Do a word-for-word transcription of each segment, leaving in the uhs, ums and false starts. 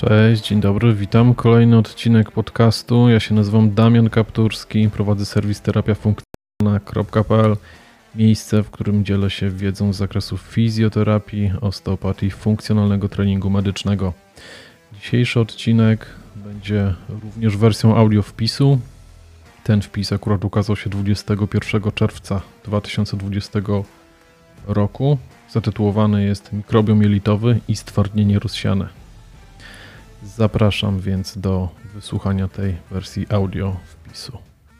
Cześć, dzień dobry, witam. Kolejny odcinek podcastu. Ja się nazywam Damian Kapturski, prowadzę serwis terapia funkcjonalna kropka p l, miejsce, w którym dzielę się wiedzą z zakresu fizjoterapii, osteopatii, funkcjonalnego treningu medycznego. Dzisiejszy odcinek będzie również wersją audio wpisu. Ten wpis akurat ukazał się dwudziestego pierwszego czerwca dwa tysiące dwudziestego roku. Zatytułowany jest Mikrobiom jelitowy i stwardnienie rozsiane. Zapraszam więc do wysłuchania tej wersji audio wpisu.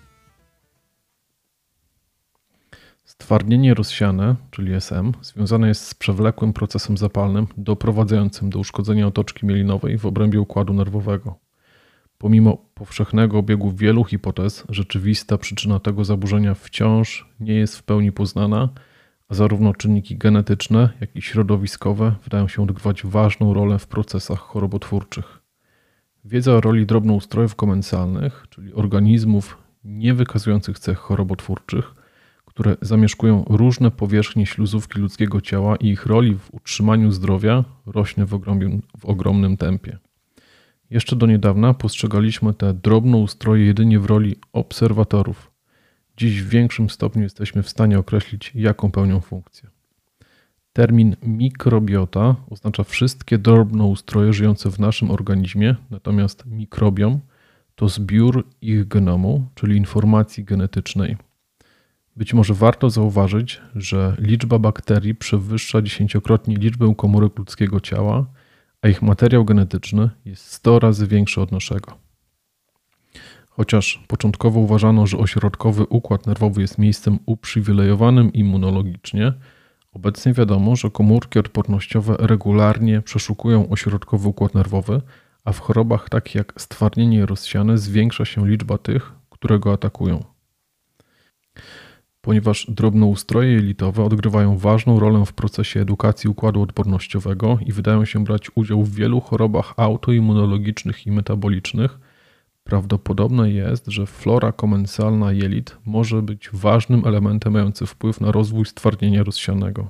Stwardnienie rozsiane, czyli S M, związane jest z przewlekłym procesem zapalnym doprowadzającym do uszkodzenia otoczki mielinowej w obrębie układu nerwowego. Pomimo powszechnego obiegu wielu hipotez, rzeczywista przyczyna tego zaburzenia wciąż nie jest w pełni poznana, a zarówno czynniki genetyczne, jak i środowiskowe wydają się odgrywać ważną rolę w procesach chorobotwórczych. Wiedza o roli drobnoustrojów komensalnych, czyli organizmów nie wykazujących cech chorobotwórczych, które zamieszkują różne powierzchnie śluzówki ludzkiego ciała i ich roli w utrzymaniu zdrowia, rośnie w ogromnym, w ogromnym tempie. Jeszcze do niedawna postrzegaliśmy te drobnoustroje jedynie w roli obserwatorów. Dziś w większym stopniu jesteśmy w stanie określić, jaką pełnią funkcję. Termin mikrobiota oznacza wszystkie drobnoustroje żyjące w naszym organizmie, natomiast mikrobiom to zbiór ich genomu, czyli informacji genetycznej. Być może warto zauważyć, że liczba bakterii przewyższa dziesięciokrotnie liczbę komórek ludzkiego ciała, a ich materiał genetyczny jest sto razy większy od naszego. Chociaż początkowo uważano, że ośrodkowy układ nerwowy jest miejscem uprzywilejowanym immunologicznie, obecnie wiadomo, że komórki odpornościowe regularnie przeszukują ośrodkowy układ nerwowy, a w chorobach takich jak stwardnienie rozsiane zwiększa się liczba tych, które go atakują. Ponieważ drobnoustroje jelitowe odgrywają ważną rolę w procesie edukacji układu odpornościowego i wydają się brać udział w wielu chorobach autoimmunologicznych i metabolicznych, prawdopodobne jest, że flora komensalna jelit może być ważnym elementem mającym wpływ na rozwój stwardnienia rozsianego.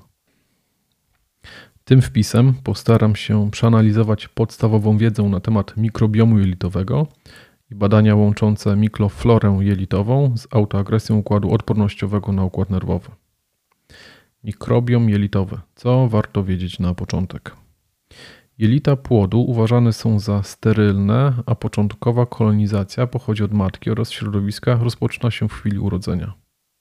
Tym wpisem postaram się przeanalizować podstawową wiedzę na temat mikrobiomu jelitowego i badania łączące mikroflorę jelitową z autoagresją układu odpornościowego na układ nerwowy. Mikrobiom jelitowy. Co warto wiedzieć na początek? Jelita płodu uważane są za sterylne, a początkowa kolonizacja pochodzi od matki oraz środowiska rozpoczyna się w chwili urodzenia.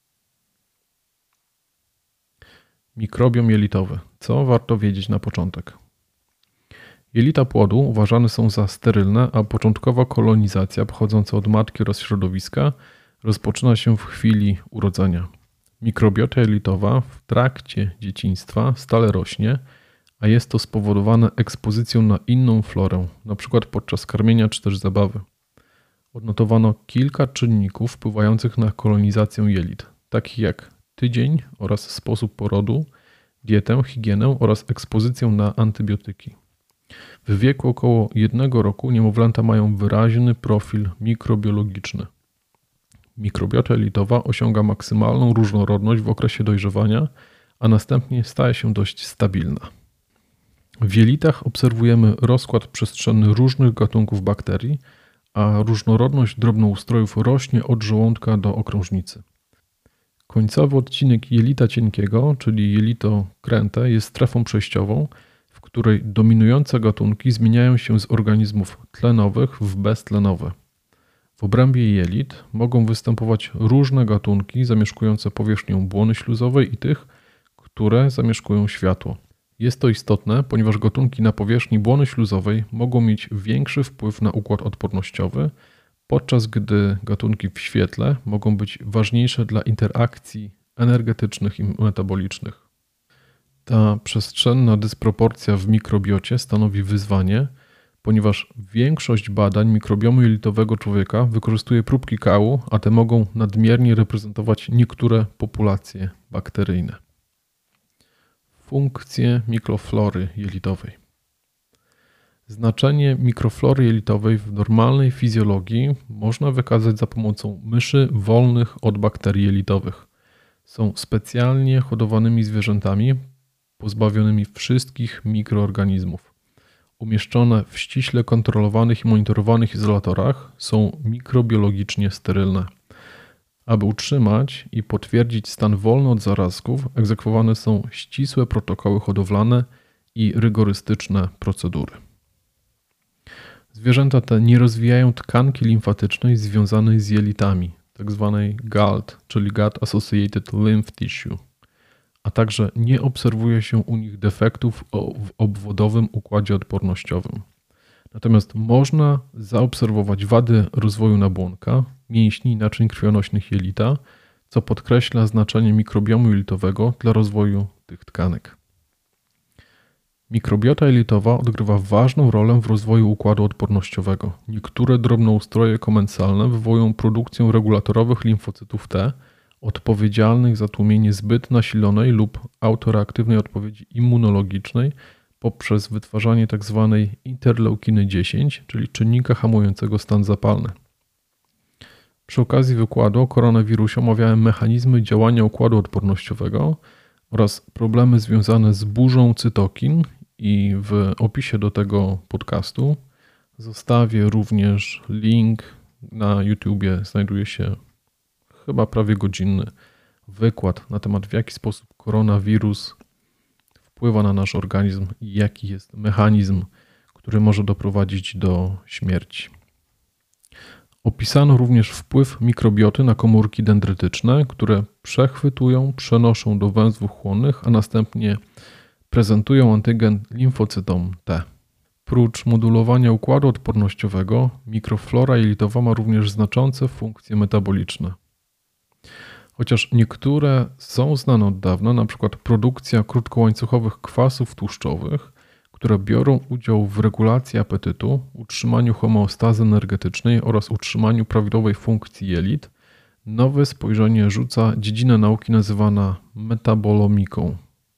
Mikrobiom jelitowy. Co warto wiedzieć na początek? Jelita płodu uważane są za sterylne, a początkowa kolonizacja pochodząca od matki oraz środowiska rozpoczyna się w chwili urodzenia. Mikrobiota jelitowa w trakcie dzieciństwa stale rośnie, a jest to spowodowane ekspozycją na inną florę, np. podczas karmienia czy też zabawy. Odnotowano kilka czynników wpływających na kolonizację jelit, takich jak tydzień oraz sposób porodu, dietę, higienę oraz ekspozycję na antybiotyki. W wieku około jednego roku niemowlęta mają wyraźny profil mikrobiologiczny. Mikrobiota jelitowa osiąga maksymalną różnorodność w okresie dojrzewania, a następnie staje się dość stabilna. W jelitach obserwujemy rozkład przestrzenny różnych gatunków bakterii, a różnorodność drobnoustrojów rośnie od żołądka do okrążnicy. Końcowy odcinek jelita cienkiego, czyli jelito kręte, jest strefą przejściową, w której dominujące gatunki zmieniają się z organizmów tlenowych w beztlenowe. W obrębie jelit mogą występować różne gatunki zamieszkujące powierzchnię błony śluzowej i tych, które zamieszkują światło. Jest to istotne, ponieważ gatunki na powierzchni błony śluzowej mogą mieć większy wpływ na układ odpornościowy, podczas gdy gatunki w świetle mogą być ważniejsze dla interakcji energetycznych i metabolicznych. Ta przestrzenna dysproporcja w mikrobiocie stanowi wyzwanie, ponieważ większość badań mikrobiomu jelitowego człowieka wykorzystuje próbki kału, a te mogą nadmiernie reprezentować niektóre populacje bakteryjne. Funkcje mikroflory jelitowej. Znaczenie mikroflory jelitowej w normalnej fizjologii można wykazać za pomocą myszy wolnych od bakterii jelitowych. Są specjalnie hodowanymi zwierzętami pozbawionymi wszystkich mikroorganizmów. umieszczone w ściśle kontrolowanych i monitorowanych izolatorach są mikrobiologicznie sterylne. Aby utrzymać i potwierdzić stan wolny od zarazków, egzekwowane są ścisłe protokoły hodowlane i rygorystyczne procedury. Zwierzęta te nie rozwijają tkanki limfatycznej związanej z jelitami, tzw. G A L T, czyli Gut Associated Lymph Tissue, a także nie obserwuje się u nich defektów w obwodowym układzie odpornościowym. Natomiast można zaobserwować wady rozwoju nabłonka, mięśni i naczyń krwionośnych jelita, co podkreśla znaczenie mikrobiomu jelitowego dla rozwoju tych tkanek. Mikrobiota jelitowa odgrywa ważną rolę w rozwoju układu odpornościowego. Niektóre drobnoustroje komensalne wywołują produkcję regulatorowych limfocytów T, odpowiedzialnych za tłumienie zbyt nasilonej lub autoreaktywnej odpowiedzi immunologicznej poprzez wytwarzanie tzw. interleukiny dziesięć, czyli czynnika hamującego stan zapalny. Przy okazji wykładu o koronawirusie omawiałem mechanizmy działania układu odpornościowego oraz problemy związane z burzą cytokin i w opisie do tego podcastu zostawię również link. Na YouTubie znajduje się chyba prawie godzinny wykład na temat, w jaki sposób koronawirus wpływa na nasz organizm i jaki jest mechanizm, który może doprowadzić do śmierci. Opisano również wpływ mikrobioty na komórki dendrytyczne, które przechwytują, przenoszą do węzłów chłonnych, a następnie prezentują antygen limfocytom T. Prócz modulowania układu odpornościowego, mikroflora jelitowa ma również znaczące funkcje metaboliczne. Chociaż niektóre są znane od dawna, np. produkcja krótkołańcuchowych kwasów tłuszczowych, które biorą udział w regulacji apetytu, utrzymaniu homeostazy energetycznej oraz utrzymaniu prawidłowej funkcji jelit, nowe spojrzenie rzuca dziedzinę nauki nazywana metabolomiką.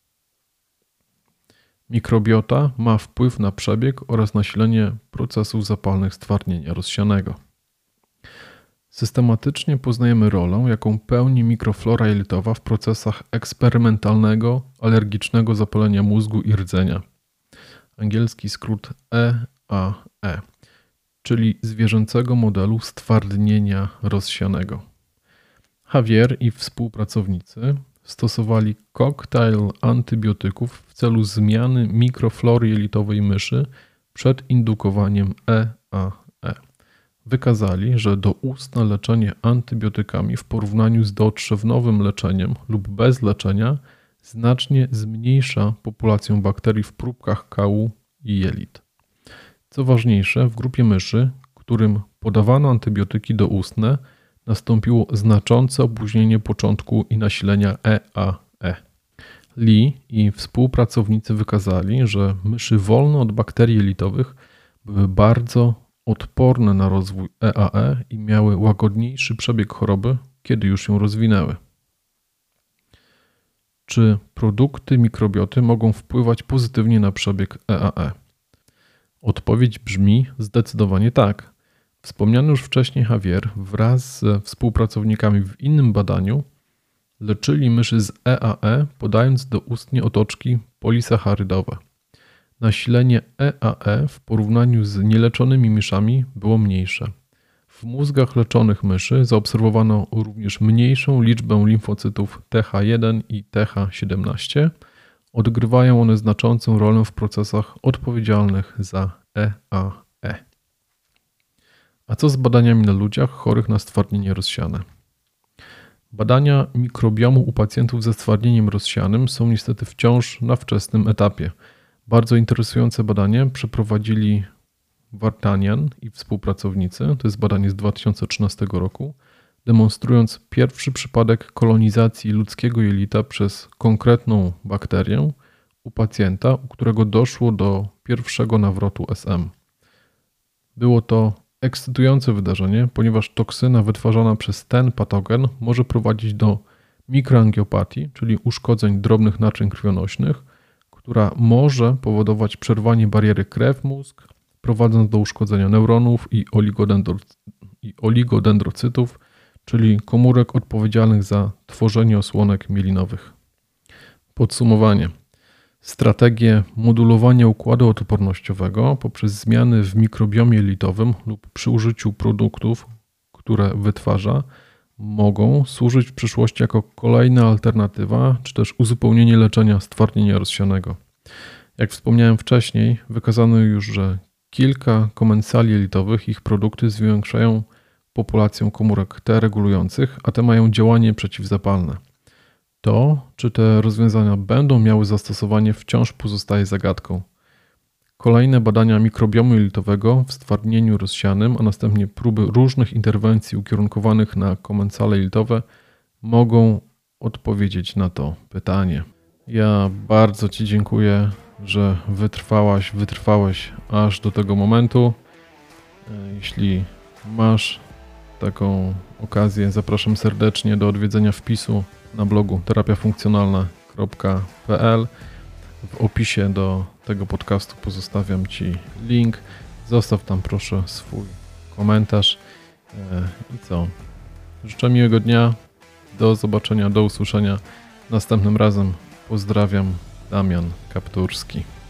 Mikrobiota ma wpływ na przebieg oraz nasilenie procesów zapalnych stwardnienia rozsianego. Systematycznie poznajemy rolę, jaką pełni mikroflora jelitowa w procesach eksperymentalnego, alergicznego zapalenia mózgu i rdzenia. Angielski skrót E A E, czyli zwierzęcego modelu stwardnienia rozsianego. Javier i współpracownicy stosowali koktajl antybiotyków w celu zmiany mikroflory jelitowej myszy przed indukowaniem E A E. Wykazali, że doustne leczenie antybiotykami w porównaniu z dotrzewnowym leczeniem lub bez leczenia znacznie zmniejsza populację bakterii w próbkach kału i jelit. Co ważniejsze, w grupie myszy, którym podawano antybiotyki doustne, nastąpiło znaczące opóźnienie początku i nasilenia E A E. Lee i współpracownicy wykazali, że myszy wolne od bakterii jelitowych były bardzo odporne na rozwój E A E i miały łagodniejszy przebieg choroby, kiedy już ją rozwinęły. Czy produkty mikrobioty mogą wpływać pozytywnie na przebieg E A E? Odpowiedź brzmi zdecydowanie tak. Wspomniany już wcześniej Javier wraz ze współpracownikami w innym badaniu leczyli myszy z E A E, podając doustnie otoczki polisacharydowe. Nasilenie E A E w porównaniu z nieleczonymi myszami było mniejsze. W mózgach leczonych myszy zaobserwowano również mniejszą liczbę limfocytów T H jeden i T H siedemnaście. Odgrywają one znaczącą rolę w procesach odpowiedzialnych za E A E. A co z badaniami na ludziach chorych na stwardnienie rozsiane? Badania mikrobiomu u pacjentów ze stwardnieniem rozsianym są niestety wciąż na wczesnym etapie. Bardzo interesujące badanie przeprowadzili Vartanian i współpracownicy, to jest badanie z dwa tysiące trzynastego roku, demonstrując pierwszy przypadek kolonizacji ludzkiego jelita przez konkretną bakterię u pacjenta, u którego doszło do pierwszego nawrotu S M. Było to ekscytujące wydarzenie, ponieważ toksyna wytwarzana przez ten patogen może prowadzić do mikroangiopatii, czyli uszkodzeń drobnych naczyń krwionośnych, która może powodować przerwanie bariery krew-mózg, prowadząc do uszkodzenia neuronów i, oligodendro- i oligodendrocytów, czyli komórek odpowiedzialnych za tworzenie osłonek mielinowych. Podsumowanie. strategię modulowania układu odpornościowego poprzez zmiany w mikrobiomie jelitowym lub przy użyciu produktów, które wytwarza, mogą służyć w przyszłości jako kolejna alternatywa, czy też uzupełnienie leczenia stwardnienia rozsianego. Jak wspomniałem wcześniej, wykazano już, że kilka komensali jelitowych, ich produkty zwiększają populację komórek T regulujących, a te mają działanie przeciwzapalne. To, czy te rozwiązania będą miały zastosowanie, wciąż pozostaje zagadką. Kolejne badania mikrobiomu jelitowego w stwardnieniu rozsianym, a następnie próby różnych interwencji ukierunkowanych na komensale jelitowe mogą odpowiedzieć na to pytanie. Ja bardzo Ci dziękuję, że wytrwałaś, wytrwałeś aż do tego momentu. Jeśli masz taką okazję, zapraszam serdecznie do odwiedzenia wpisu na blogu terapia funkcjonalna kropka p l. W opisie do tego podcastu pozostawiam Ci link. Zostaw tam proszę swój komentarz. I co? Życzę miłego dnia. Do zobaczenia, do usłyszenia następnym razem. Pozdrawiam, Damian Kapturski.